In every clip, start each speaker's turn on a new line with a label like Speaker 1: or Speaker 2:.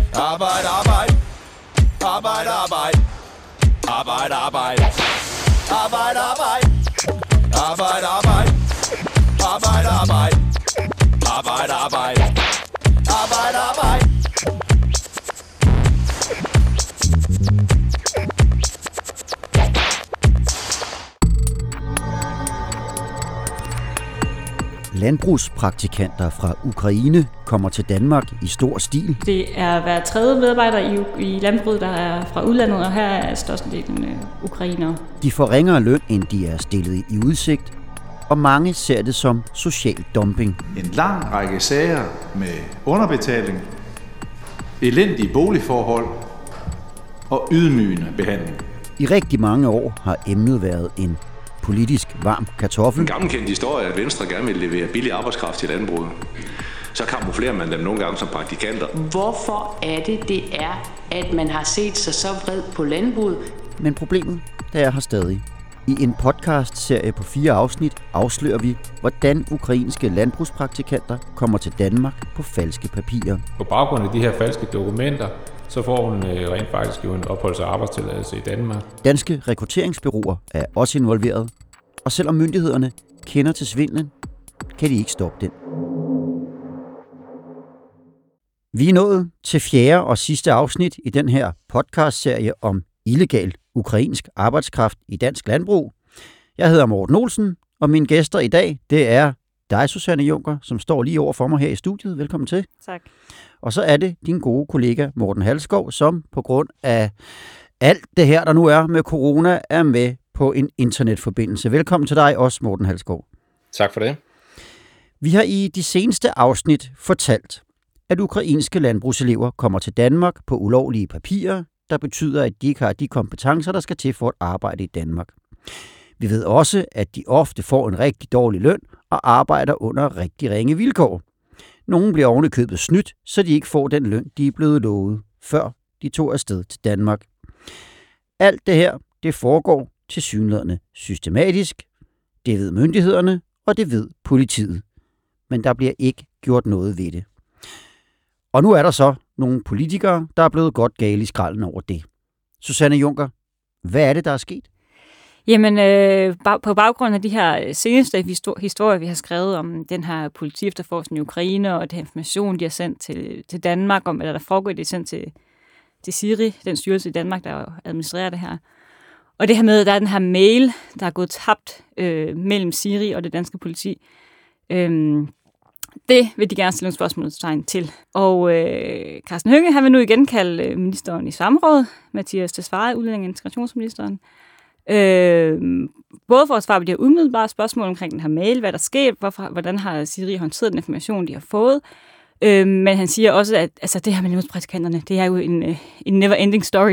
Speaker 1: Arbejde, arbejde. Arbejde, arbejde. Arbejde, arbejde. Arbejde, arbejde. Arbejde, arbejde. Arbejde, arbejde. Arbejde, arbejde. Arbejde, arbejde.
Speaker 2: Landbrugspraktikanter fra Ukraine kommer til Danmark i stor stil.
Speaker 3: Det er hver tredje medarbejder i landbruget, der er fra udlandet, og her er størstedelen ukrainere.
Speaker 2: De får ringere løn, end de er stillet i udsigt, og mange ser det som social dumping.
Speaker 4: En lang række sager med underbetaling, elendige boligforhold og ydmygende behandling.
Speaker 2: I rigtig mange år har emnet været en politisk varm kartoffel.
Speaker 5: En gammelkendt historie er, at Venstre gerne vil levere billig arbejdskraft til landbruget. Så kamuflerer man dem nogle gange som praktikanter.
Speaker 6: Hvorfor er det er, at man har set sig så vred på landbruget?
Speaker 2: Men problemet, der er her stadig. I en podcast-serie på 4 afsnit afslører vi, hvordan ukrainske landbrugspraktikanter kommer til Danmark på falske papirer.
Speaker 7: På baggrund af de her falske dokumenter, så får hun rent faktisk jo en opholds- og arbejdstilladelse i Danmark.
Speaker 2: Danske rekrutteringsbureauer er også involveret, og selvom myndighederne kender til svindlen, kan de ikke stoppe den. Vi er nået til 4. og sidste afsnit i den her podcast-serie om illegal ukrainsk arbejdskraft i dansk landbrug. Jeg hedder Morten Olsen, og mine gæster i dag, det er dig, Susanne Juncker, som står lige over for mig her i studiet. Velkommen til.
Speaker 3: Tak.
Speaker 2: Og så er det din gode kollega Morten Halskov, som på grund af alt det her, der nu er med corona, er med på en internetforbindelse. Velkommen til dig også, Morten Halskov.
Speaker 8: Tak for det.
Speaker 2: Vi har i de seneste afsnit fortalt, at ukrainske landbrugselever kommer til Danmark på ulovlige papirer, der betyder, at de ikke har de kompetencer, der skal til for at arbejde i Danmark. Vi ved også, at de ofte får en rigtig dårlig løn og arbejder under rigtig ringe vilkår. Nogle bliver ovenikøbet snydt, så de ikke får den løn, de er blevet lovet, før de tog afsted til Danmark. Alt det her, det foregår tilsyneladende systematisk. Det ved myndighederne, og det ved politiet. Men der bliver ikke gjort noget ved det. Og nu er der så nogle politikere, der er blevet godt gale i skralden over det. Susanne Juncker, hvad er det, der er sket?
Speaker 3: Jamen, på baggrund af de her seneste historier, vi har skrevet om den her politiefterforskning i Ukraine, og den information, de har sendt til Danmark, om hvad der foregår, de er sendt til SIRI, den styrelse i Danmark, der administrerer det her. Og det her med, at der er den her mail, der er gået tabt mellem SIRI og det danske politi. Det vil de gerne stille nogle spørgsmålstegn til. Og Karsten Hønge, han vil nu igen kalde ministeren i samråd, Mattias Tesfaye, udlændinge- og integrationsministeren. Både for at svare på de her umiddelbare spørgsmål omkring den her mail, hvad der sker, hvordan har SIRI håndteret den information, de har fået. Men han siger også, at altså, det her med landbrugspraktikanterne, det er jo en never-ending story.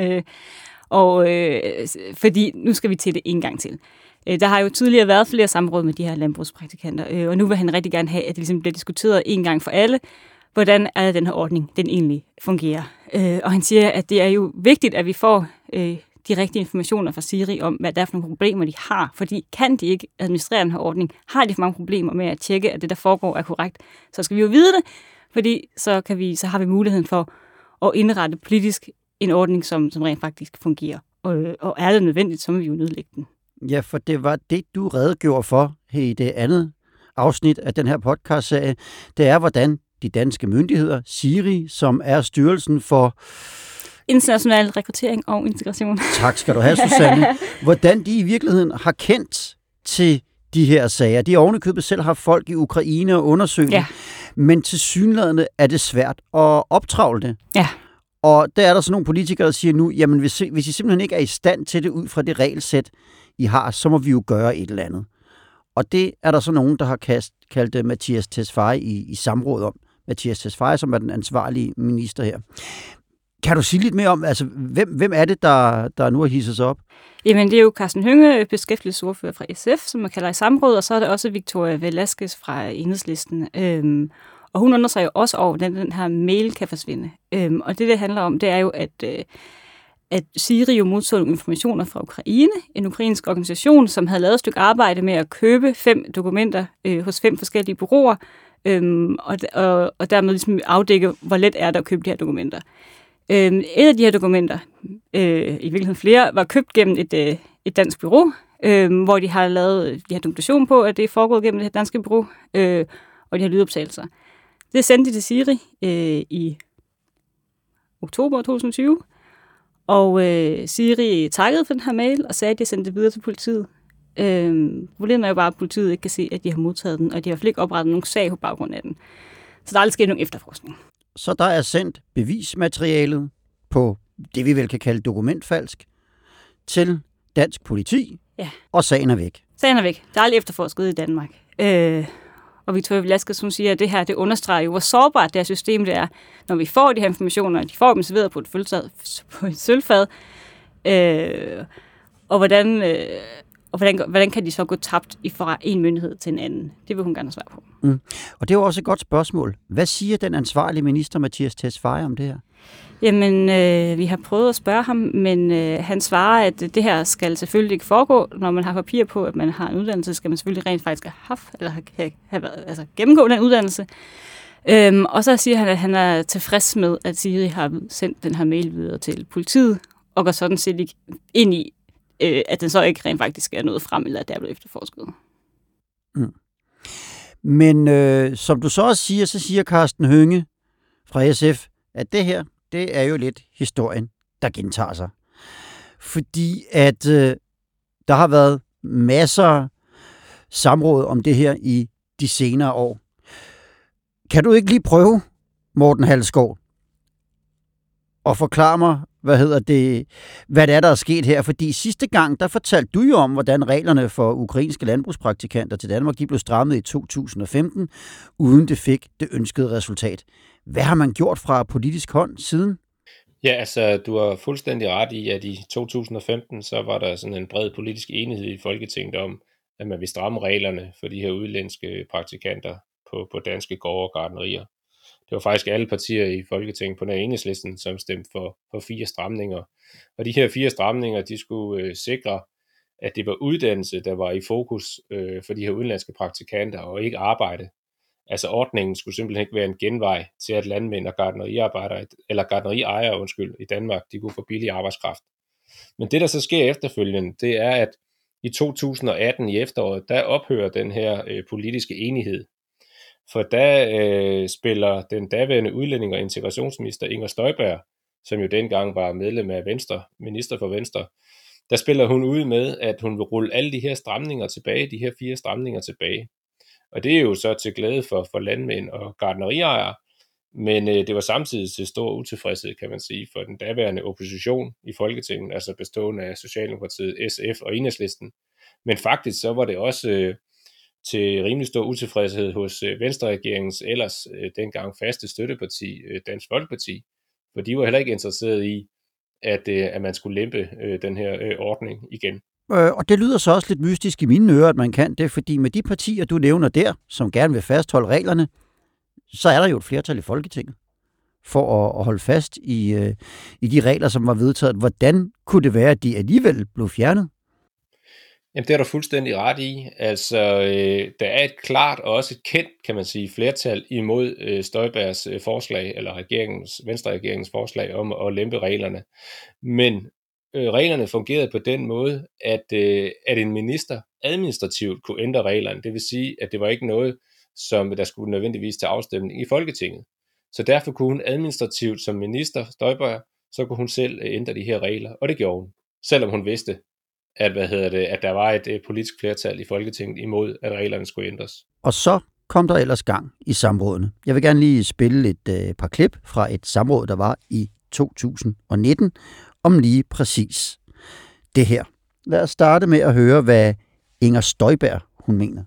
Speaker 3: Fordi nu skal vi til det en gang til. Der har jo tidligere været flere samråd med de her landbrugspraktikanter, og nu vil han rigtig gerne have, at det ligesom bliver diskuteret en gang for alle, hvordan er den her ordning, den egentlig fungerer. Og han siger, at det er jo vigtigt, at vi får de rigtige informationer fra SIRI om, hvad der er for nogle problemer, de har. Fordi kan de ikke administrere den her ordning, har de for mange problemer med at tjekke, at det, der foregår, er korrekt. Så skal vi jo vide det, fordi så har vi muligheden for at indrette politisk en ordning, som rent faktisk fungerer. Og er det nødvendigt, så må vi jo nedlægge den.
Speaker 2: Ja, for det var det, du redegjorde for i det andet afsnit af den her podcast-serie. Det er, hvordan de danske myndigheder, SIRI, som er styrelsen for
Speaker 3: international rekruttering og integration.
Speaker 2: Tak skal du have, Susanne. Hvordan de i virkeligheden har kendt til de her sager. De har ovenikøbet selv haft folk i Ukraine og undersøgt det, men tilsyneladende er det svært at optravle det.
Speaker 3: Ja.
Speaker 2: Og der er der så nogle politikere, der siger nu, jamen hvis I simpelthen ikke er i stand til det ud fra det regelsæt, I har, så må vi jo gøre et eller andet. Og det er der så nogen, der har kaldt Mattias Tesfaye i samråd om. Mattias Tesfaye, som er den ansvarlige minister her. Kan du sige lidt mere om, altså, hvem er det, der nu har hisset sig op?
Speaker 3: Jamen, det er jo Karsten Hønge, beskæftigelsesordfører fra SF, som man kalder i samråd, og så er der også Victoria Velasquez fra Enhedslisten. Og hun undrer sig jo også over, hvordan den her mail kan forsvinde. Og det handler om, det er jo, at SIRI jo modtog informationer fra Ukraine, en ukrainsk organisation, som havde lavet et stykke arbejde med at købe 5 dokumenter hos 5 forskellige bureauer, Og dermed ligesom afdække, hvor let er det at købe de her dokumenter. Et af de her dokumenter, i virkeligheden flere, var købt gennem et dansk bureau, hvor de har lavet de her dokumentation på, at det er foregået gennem det her danske bureau, og de her lydoptagelser. Det sendte de til Siri i oktober 2020, og Siri takkede for den her mail og sagde, at de sendte det videre til politiet. Problemet er jo bare, at politiet ikke kan se, at de har modtaget den, og de har i hvert fald ikke oprettet nogen sag på baggrund af den. Så der er aldrig sket nogen efterforskning.
Speaker 2: Så der er sendt bevismaterialet på det, vi vel kan kalde dokumentfalsk, til dansk politi, og sagen er væk.
Speaker 3: Sagen er væk. Der er aldrig efterforsket i Danmark. Og Victoria Velasquez, hun siger, at det her, det understreger jo, hvor sårbart det her system det er, når vi får de her informationer, de får dem serveret på et sølvfad, og hvordan kan de så gå tabt fra en myndighed til en anden? Det vil hun gerne svare på.
Speaker 2: Og det er jo også et godt spørgsmål. Hvad siger den ansvarlige minister, Mattias Tesfaye, om det her?
Speaker 3: Jamen, vi har prøvet at spørge ham, men han svarer, at det her skal selvfølgelig ikke foregå. Når man har papir på, at man har en uddannelse, skal man selvfølgelig rent faktisk have haft, eller have gennemgået den uddannelse. Og så siger han, at han er tilfreds med, at Siri har sendt den her mail videre til politiet, og går sådan set ikke ind i, at den så ikke rent faktisk er nået frem, eller at det er blevet efterforsket.
Speaker 2: Men som du så også siger, så siger Karsten Hønge fra SF, at det her, det er jo lidt historien, der gentager sig. Fordi at der har været masser samråd om det her i de senere år. Kan du ikke lige prøve, Morten Halsgaard, og forklare mig, hvad det er, der er sket her? Fordi sidste gang, der fortalte du jo om, hvordan reglerne for ukrainske landbrugspraktikanter til Danmark, de blev strammet i 2015, uden det fik det ønskede resultat. Hvad har man gjort fra politisk hånd siden?
Speaker 7: Ja, altså, du har fuldstændig ret i, at i 2015, så var der sådan en bred politisk enighed i Folketinget om, at man vil stramme reglerne for de her udenlandske praktikanter på danske gårde og gartnerier. Det var faktisk alle partier i Folketinget på den her Enhedslisten, som stemte for 4 stramninger. Og de her 4 stramninger, de skulle sikre, at det var uddannelse, der var i fokus for de her udenlandske praktikanter, og ikke arbejde. Altså ordningen skulle simpelthen ikke være en genvej til, at landmænd og gartneriejere i Danmark, de kunne få billig arbejdskraft. Men det, der så sker efterfølgende, det er, at i 2018 i efteråret, der ophører den her politiske enighed. For der spiller den daværende udlænding- og integrationsminister Inger Støjberg, som jo dengang var medlem af Venstre, minister for Venstre, der spiller hun ud med, at hun vil rulle alle de her stramninger tilbage, de her 4 stramninger tilbage. Og det er jo så til glæde for landmænd og gartneriejere, men det var samtidig til stor utilfredshed, kan man sige, for den daværende opposition i Folketinget, altså bestående af Socialdemokratiet, SF og Enhedslisten. Men faktisk så var det også til rimelig stor utilfredshed hos Venstre-regeringens ellers dengang faste støtteparti, Dansk Folkeparti, for de var heller ikke interesseret i, at man skulle lempe den her ordning igen.
Speaker 2: Og det lyder så også lidt mystisk i mine ører, at man kan det, fordi med de partier, du nævner der, som gerne vil fastholde reglerne, så er der jo et flertal i Folketinget for at holde fast i de regler, som var vedtaget. Hvordan kunne det være, at de alligevel blev fjernet?
Speaker 7: Jamen, det er du fuldstændig ret i. Altså, der er et klart og også et kendt, kan man sige, flertal imod Støjbergs forslag, eller Venstre-regeringens forslag om at lempe reglerne. Men reglerne fungerede på den måde, at en minister administrativt kunne ændre reglerne. Det vil sige, at det var ikke noget, som der skulle nødvendigvis til afstemning i Folketinget. Så derfor kunne hun administrativt som minister, Støjberg, så kunne hun selv ændre de her regler, og det gjorde hun. Selvom hun vidste, at der var et politisk flertal i Folketinget imod, at reglerne skulle ændres.
Speaker 2: Og så kom der ellers gang i samrådene. Jeg vil gerne lige spille et par klip fra et samråd, der var i 2019, om lige præcis det her. Lad os starte med at høre, hvad Inger Støjberg hun mener.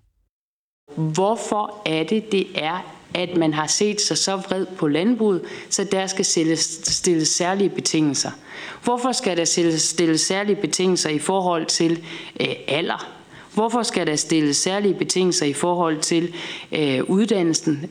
Speaker 6: Hvorfor er det er, at man har set sig så vred på landbruget, så der skal stilles særlige betingelser? Hvorfor skal der stilles særlige betingelser i forhold til alder? Hvorfor skal der stilles særlige betingelser i forhold til uddannelsen,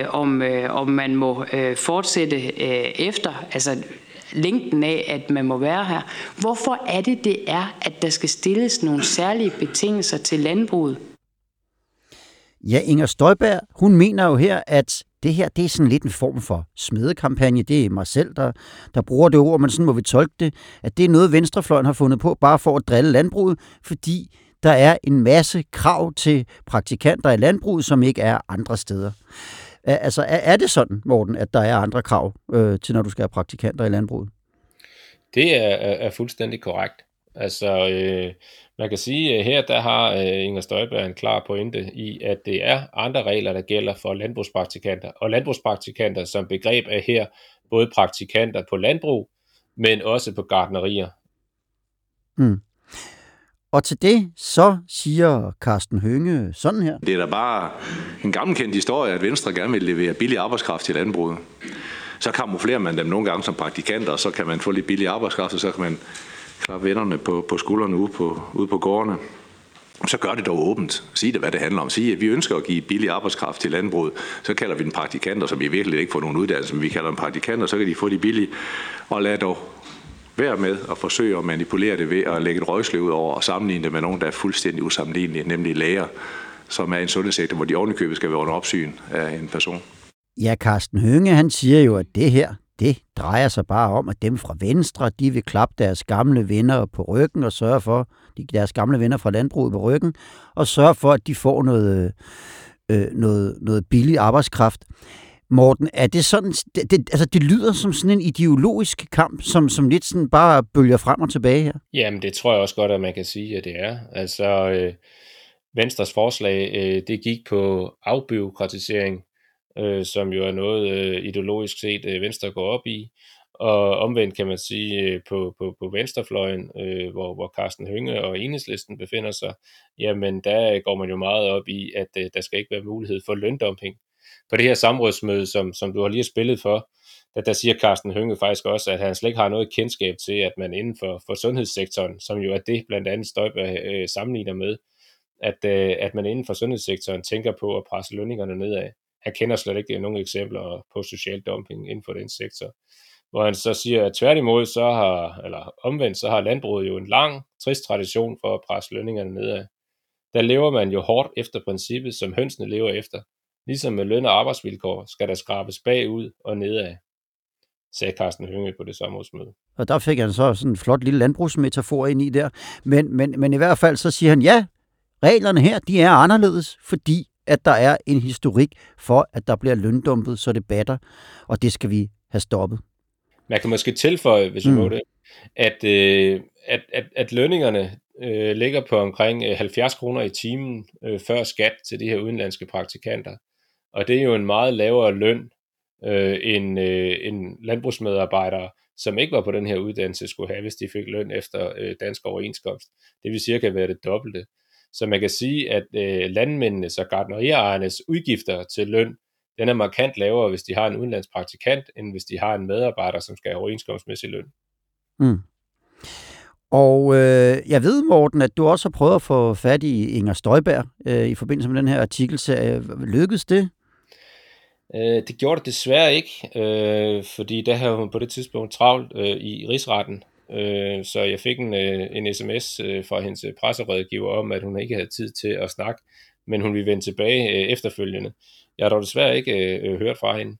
Speaker 6: om man må fortsætte efter, altså længden af, at man må være her? Hvorfor er det er, at der skal stilles nogle særlige betingelser til landbruget?
Speaker 2: Ja, Inger Støjberg, hun mener jo her, at det her, det er sådan lidt en form for smedekampagne. Det er mig selv, der bruger det ord, men sådan må vi tolke det, at det er noget, venstrefløjen har fundet på, bare for at drille landbruget, fordi der er en masse krav til praktikanter i landbruget, som ikke er andre steder. Altså, er det sådan, Morten, at der er andre krav til, når du skal have praktikanter i landbruget?
Speaker 7: Det er fuldstændig korrekt. Altså, man kan sige, at her der har Inger Støjberg en klar pointe i, at det er andre regler, der gælder for landbrugspraktikanter. Og landbrugspraktikanter som begreb er her både praktikanter på landbrug, men også på gartnerier.
Speaker 2: Mm. Og til det, så siger Karsten Hønge sådan her.
Speaker 5: Det er da bare en gammelkendt historie, at Venstre gerne vil levere billig arbejdskraft til landbruget. Så kamuflerer man dem nogle gange som praktikanter, og så kan man få lidt billig arbejdskraft, og så kan man klappe vennerne på skuldrene ude på gårdene. Så gør det dog åbent. Sig det, hvad det handler om. Sig, at vi ønsker at give billig arbejdskraft til landbruget. Så kalder vi dem praktikanter, som i virkelig ikke får nogen uddannelse, men vi kalder dem praktikanter, så kan de få de billige. Og lad dog være med at forsøge at manipulere det ved at lægge et røgsløv ud over og sammenligne det med nogen, der er fuldstændig usammenlignelige, nemlig læger, som er i en sundhedssektor, hvor de ovenikøbet skal være under opsyn af en person.
Speaker 2: Ja, Karsten Hønge, han siger jo, at det her, det drejer sig bare om, at dem fra Venstre, de vil klappe deres gamle venner på ryggen og sørge for, deres gamle venner fra landbruget på ryggen, og sørge for, at de får noget billig arbejdskraft. Morten, er det sådan, det lyder som sådan en ideologisk kamp, som lidt sådan bare bølger frem og tilbage her?
Speaker 7: Jamen, det tror jeg også godt, at man kan sige, at det er. Altså, Venstres forslag, det gik på afbureaukratisering, som jo er noget ideologisk set Venstre går op i, og omvendt kan man sige på venstrefløjen, hvor Karsten Hønge og Enhedslisten befinder sig, jamen der går man jo meget op i, at der skal ikke være mulighed for løndumping. På det her samrådsmøde, som du har lige spillet for, der siger Karsten Hønge faktisk også, at han slet ikke har noget kendskab til, at man inden for sundhedssektoren, som jo er det blandt andet Støjberg sammenligner med, at man inden for sundhedssektoren tænker på at presse lønningerne nedad. Han kender slet ikke nogen eksempler på social dumping inden for den sektor. Hvor han så siger, at tværtimod, så har landbruget jo en lang, trist tradition for at presse lønningerne nedad. Der lever man jo hårdt efter princippet, som hønsene lever efter. Ligesom med løn- og arbejdsvilkår skal der skrabes bagud og nedad, sagde Karsten Hønge på det samrådsmøde.
Speaker 2: Og der fik han så sådan en flot lille landbrugsmetafor ind i der. Men i hvert fald så siger han, ja, reglerne her, de er anderledes, fordi at der er en historik for, at der bliver løndumpet, så det batter, og det skal vi have stoppet.
Speaker 7: Man kan måske tilføje, hvis jeg må det, at lønningerne ligger på omkring 70 kroner i timen før skat til de her udenlandske praktikanter. Og det er jo en meget lavere løn end landbrugsmedarbejdere, som ikke var på den her uddannelse, skulle have, hvis de fik løn efter dansk overenskomst. Det vil cirka være det dobbelte. Så man kan sige, at landmændenes og gartneriejernes udgifter til løn, den er markant lavere, hvis de har en udenlandsk praktikant, end hvis de har en medarbejder, som skal have overenskomstmæssig løn. Mm.
Speaker 2: Og jeg ved, Morten, at du også har prøvet at få fat i Inger Støjberg i forbindelse med den her artikelserie. Lykkedes det?
Speaker 7: Det gjorde det desværre ikke, fordi der havde hun på det tidspunkt travlt i rigsretten. Så jeg fik en sms fra hendes presserådgiver om, at hun ikke havde tid til at snakke, men hun ville vende tilbage efterfølgende. Jeg har dog desværre ikke hørt fra hende.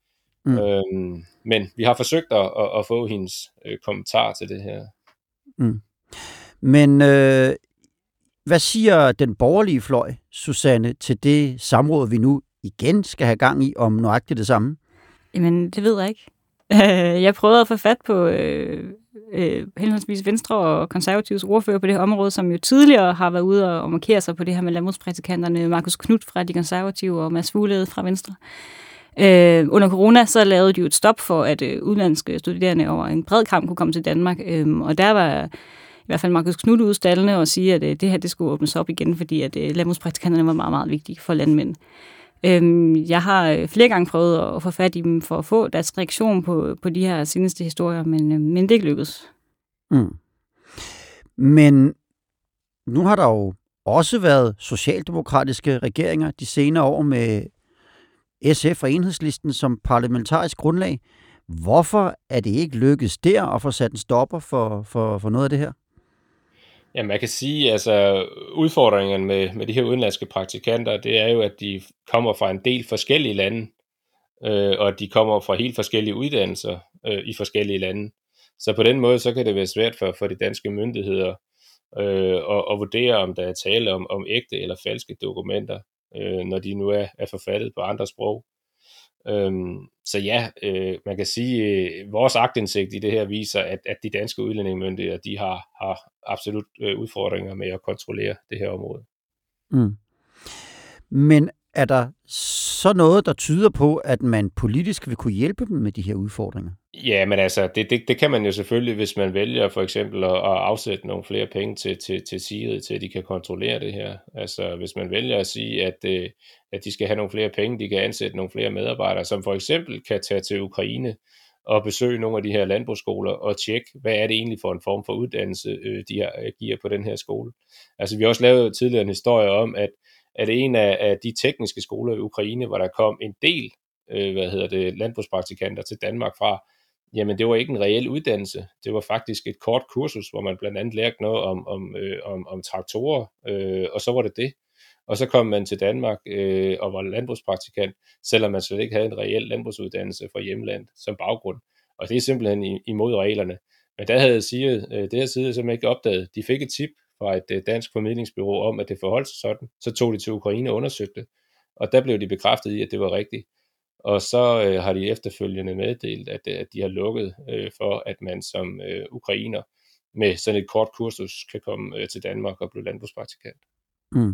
Speaker 7: Men vi har forsøgt at få hendes kommentar til det her.
Speaker 2: Mm. Men hvad siger den borgerlige fløj, Susanne, til det samråd, vi nu igen skal have gang i om nøjagtigt det samme?
Speaker 3: Jamen, det ved jeg ikke. Jeg prøvede at få fat på henholdsvis Venstre og Konservatives ordfører på det her område, som jo tidligere har været ude og markere sig på det her med landbrugspraktikanterne. Markus Knudt fra De Konservative og Mads Fuglede fra Venstre. Under corona så lavede de jo et stop for, at udenlandske studerende over en bred kamp kunne komme til Danmark. Og der var i hvert fald Markus Knudt udstallende og sige, at det her det skulle åbnes op igen, fordi at landbrugspraktikanterne var meget, meget vigtige for landmænd. Jeg har flere gange prøvet at få fat i dem for at få deres reaktion på de her seneste historier, men det er ikke lykkedes.
Speaker 2: Mm. Men nu har der jo også været socialdemokratiske regeringer de senere år med SF og Enhedslisten som parlamentarisk grundlag. Hvorfor er det ikke lykkedes der at få sat en stopper for noget af det her?
Speaker 7: Ja, man kan sige, altså udfordringerne med de her udenlandske praktikanter, det er jo, at de kommer fra en del forskellige lande, og at de kommer fra helt forskellige uddannelser i forskellige lande. Så på den måde, så kan det være svært for de danske myndigheder at vurdere, om der er tale om ægte eller falske dokumenter, når de nu er forfattet på andre sprog. Så ja, man kan sige, vores aktindsigt i det her viser, at de danske udlændingemyndigheder, de har absolut udfordringer med at kontrollere det her område.
Speaker 2: Mm. Men er der så noget, der tyder på, at man politisk vil kunne hjælpe dem med de her udfordringer?
Speaker 7: Ja, men altså, det kan man jo selvfølgelig, hvis man vælger for eksempel at afsætte nogle flere penge til SIRI, til at de kan kontrollere det her. Altså, hvis man vælger at sige, at de skal have nogle flere penge, de kan ansætte nogle flere medarbejdere, som for eksempel kan tage til Ukraine og besøge nogle af de her landbrugsskoler og tjekke, hvad er det egentlig for en form for uddannelse, de giver på den her skole. Altså, vi har også lavet tidligere en historie om, at en af de tekniske skoler i Ukraine, hvor der kom en del landbrugspraktikanter til Danmark fra, jamen det var ikke en reel uddannelse. Det var faktisk et kort kursus, hvor man blandt andet lærte noget om traktorer, og så var det. Og så kom man til Danmark og var landbrugspraktikant, selvom man slet ikke havde en reel landbrugsuddannelse fra hjemlandet som baggrund. Og det er simpelthen imod reglerne. Men der havde det her side simpelthen ikke opdaget. De fik et tip fra et dansk formidlingsbureau om, at det forholdt sig sådan. Så tog de til Ukraine og undersøgte. Og der blev de bekræftet i, at det var rigtigt. Og så har de efterfølgende meddelt, at de har lukket for, at man som ukrainer med sådan et kort kursus kan komme til Danmark og blive landbrugspraktikant.
Speaker 2: Mm.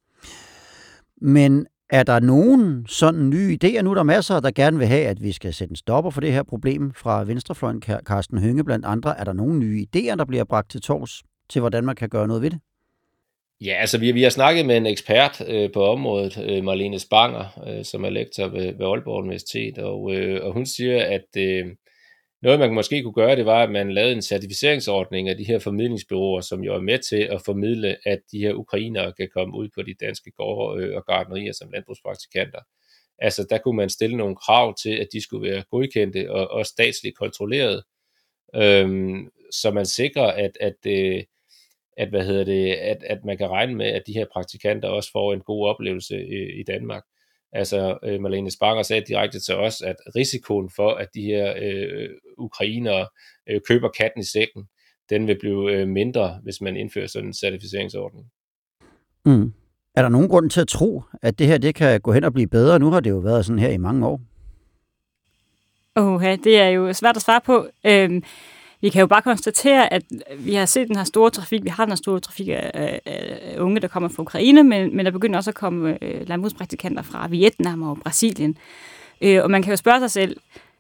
Speaker 2: Men er der nogen sådan nye idéer? Nu er der masser, der gerne vil have, at vi skal sætte en stopper for det her problem fra venstrefløjen, Karsten Hønge blandt andre. Er der nogen nye idéer, der bliver bragt til torvs til, hvordan man kan gøre noget ved det?
Speaker 7: Ja, altså vi har snakket med en ekspert på området, Marlene Spanger, som er lektor ved Aalborg Universitet, og hun siger, at noget man måske kunne gøre, det var, at man lavede en certificeringsordning af de her formidlingsbureauer, som jo er med til at formidle, at de her ukrainere kan komme ud på de danske gårde og gartnerier som landbrugspraktikanter. Altså der kunne man stille nogle krav til, at de skulle være godkendte og statsligt kontrolleret, så man sikrer, at man kan regne med, at de her praktikanter også får en god oplevelse i Danmark. Altså Marlene Spanger sagde direkte til os, at risikoen for, at de her ukrainere køber katten i sækken, den vil blive mindre, hvis man indfører sådan en certificeringsordning.
Speaker 2: Mm. Er der nogen grund til at tro, at det her det kan gå hen og blive bedre? Nu har det jo været sådan her i mange år.
Speaker 3: Det er jo svært at svare på. Vi kan jo bare konstatere, at vi har set den her store trafik. Vi har den her store trafik af unge, der kommer fra Ukraine, men der begynder også at komme landbrugspraktikanter fra Vietnam og Brasilien. Og man kan jo spørge sig selv,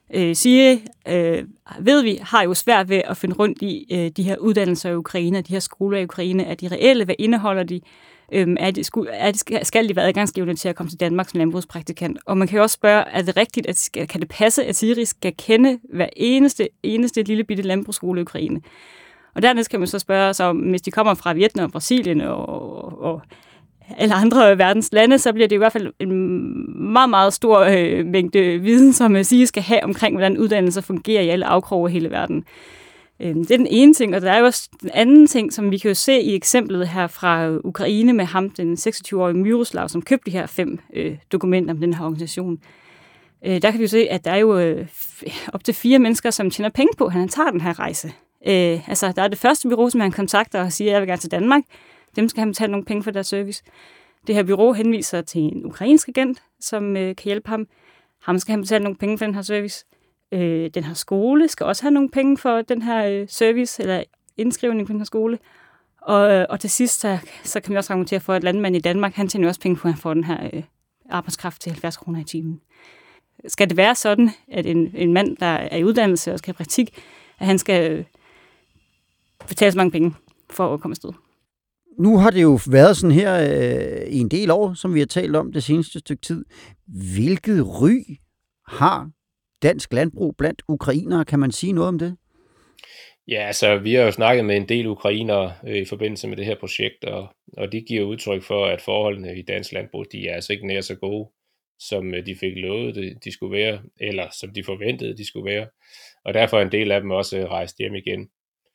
Speaker 3: ved vi, har jo svært ved at finde rundt i de her uddannelser i Ukraine, de her skoler i Ukraine. Er de reelle? Hvad indeholder de? Skal de være adgangsgivende til at komme til Danmark som landbrugspraktikant? Og man kan jo også spørge, er det rigtigt, kan det passe, at SIRI skal kende hver eneste lille bitte landbrugsskole i Ukraine? Og dernæst kan man så spørge sig om, hvis de kommer fra Vietnam, Brasilien og alle andre verdens lande, så bliver det i hvert fald en meget, meget stor mængde viden, som SIRI skal have omkring, hvordan uddannelser fungerer i alle afkroge af hele verden. Det er den ene ting, og der er jo også den anden ting, som vi kan jo se i eksemplet her fra Ukraine med ham, den 26-årige Myroslav, som købte de her 5 dokumenter om den her organisation. Der kan vi jo se, at der er jo op til 4 mennesker, som tjener penge på, at han tager den her rejse. Altså, der er det første bureau, som han kontakter og siger, at jeg vil gerne til Danmark. Dem skal han betale nogle penge for deres service. Det her bureau henviser til en ukrainsk agent, som kan hjælpe ham. Ham skal han betale nogle penge for den her service. Den her skole skal også have nogle penge for den her service, eller indskrivning på den her skole. Og til sidst, så kan vi også argumentere for, at landmanden i Danmark, han tjener også penge på, at han får den her arbejdskraft til 70 kroner i timen. Skal det være sådan, at en mand, der er i uddannelse og skal have praktik, at han skal betale så mange penge for at komme afsted?
Speaker 2: Nu har det jo været sådan her i en del år, som vi har talt om det seneste stykke tid. Hvilket ry har dansk landbrug blandt ukrainere? Kan man sige noget om det?
Speaker 7: Ja, altså vi har jo snakket med en del ukrainere i forbindelse med det her projekt, og de giver udtryk for, at forholdene i dansk landbrug, de er altså ikke nær så gode, som de fik lovet, de skulle være, eller som de forventede, de skulle være. Og derfor er en del af dem også rejst hjem igen.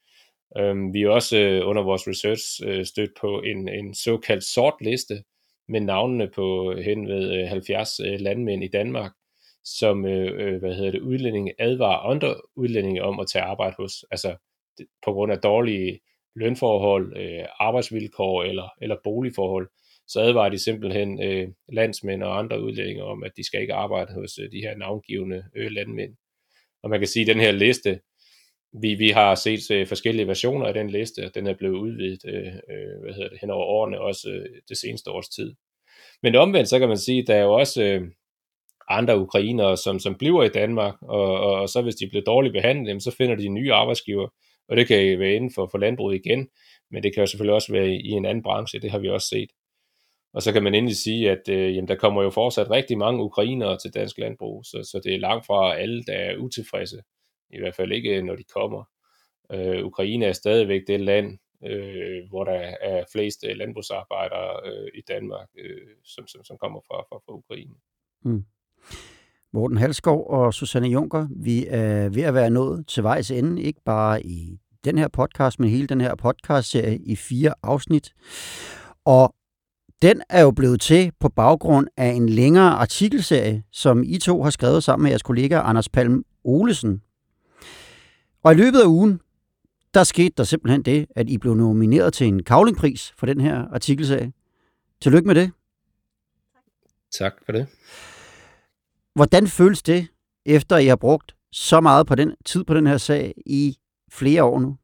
Speaker 7: Vi er også under vores research stødt på en såkaldt sort liste med navnene på hen ved 70 landmænd i Danmark, som udlændinge advarer andre udlændinge om at tage arbejde hos, altså på grund af dårlige lønforhold, arbejdsvilkår eller boligforhold, så advarer de simpelthen landsmænd og andre udlændinge om, at de skal ikke arbejde hos de her navngivende landmænd. Og man kan sige, at den her liste, vi har set forskellige versioner af den liste, og den er blevet udvidet hen over årene, også det seneste års tid. Men omvendt, så kan man sige, at der er jo også andre ukrainere, som bliver i Danmark, og så hvis de bliver dårligt behandlet, så finder de nye arbejdsgiver, og det kan være inden for landbruget igen, men det kan jo selvfølgelig også være i en anden branche, det har vi også set. Og så kan man endelig sige, at der kommer jo fortsat rigtig mange ukrainere til dansk landbrug, så det er langt fra alle, der er utilfredse, i hvert fald ikke når de kommer. Ukraine er stadigvæk det land, hvor der er flest landbrugsarbejdere i Danmark, som kommer fra Ukraine.
Speaker 2: Mm. Morten Halsskov og Susanne Juncker, vi er ved at være nået til vejs ende, ikke bare i den her podcast, men hele den her podcastserie i 4 afsnit. Og den er jo blevet til på baggrund af en længere artikelserie, som I to har skrevet sammen med jeres kollega Anders Palm Olesen. Og i løbet af ugen, der skete der simpelthen det, at I blev nomineret til en Cavlingpris for den her artikelserie. Tillykke med det.
Speaker 7: Tak for det.
Speaker 2: Hvordan føles det, efter I har brugt så meget på den tid på den her sag i flere år nu?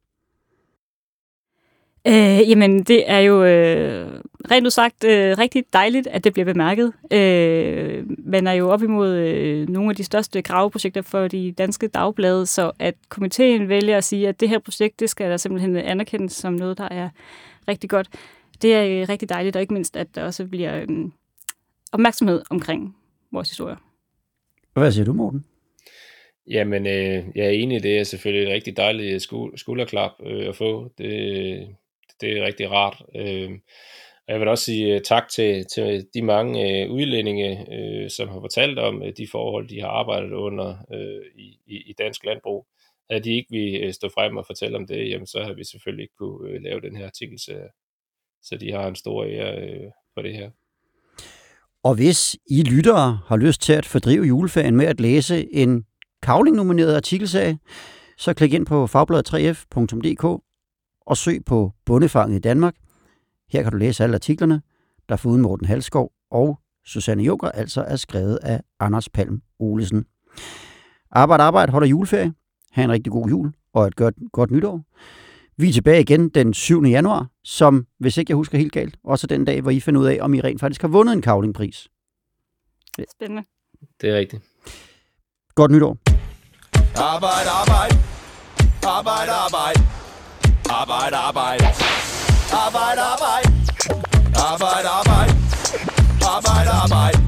Speaker 3: Jamen, det er jo rent udsagt rigtig dejligt, at det bliver bemærket. Man er jo op imod nogle af de største graveprojekter for de danske dagblade, så at komiteen vælger at sige, at det her projekt, det skal der simpelthen anerkendes som noget, der er rigtig godt. Det er rigtig dejligt, og ikke mindst, at der også bliver opmærksomhed omkring vores historier.
Speaker 2: Hvad siger du, Morten?
Speaker 7: Jamen, jeg er enig, det er selvfølgelig et rigtig dejligt skulderklap at få. Det er rigtig rart. Og jeg vil også sige tak til de mange udlændinge, som har fortalt om de forhold, de har arbejdet under i dansk landbrug. Havde de ikke ville stå frem og fortælle om det, jamen, så har vi selvfølgelig ikke kunne lave den her artikel. Så de har en stor ære for det her.
Speaker 2: Og hvis I lyttere har lyst til at fordrive juleferien med at læse en Cavling-nomineret artikelserie, så klik ind på fagbladet3f.dk og søg på Bondefanget i Danmark. Her kan du læse alle artiklerne, der foruden Morten Halsskov og Susanne Juncker altså er skrevet af Anders Palm Olesen. Arbejde holder juleferie. Ha' en rigtig god jul og et godt nytår. Vi er tilbage igen den 7. januar, som, hvis ikke jeg husker helt galt, også den dag, hvor I finder ud af, om I rent faktisk har vundet en Cavlingpris.
Speaker 3: Spændende.
Speaker 7: Det er rigtigt.
Speaker 2: Godt nytår.
Speaker 1: Arbejde, arbejde. Arbejde, arbejde. Arbejde, arbejde. Arbejde, arbejde. Arbejde, arbejde. Arbejde, arbejde.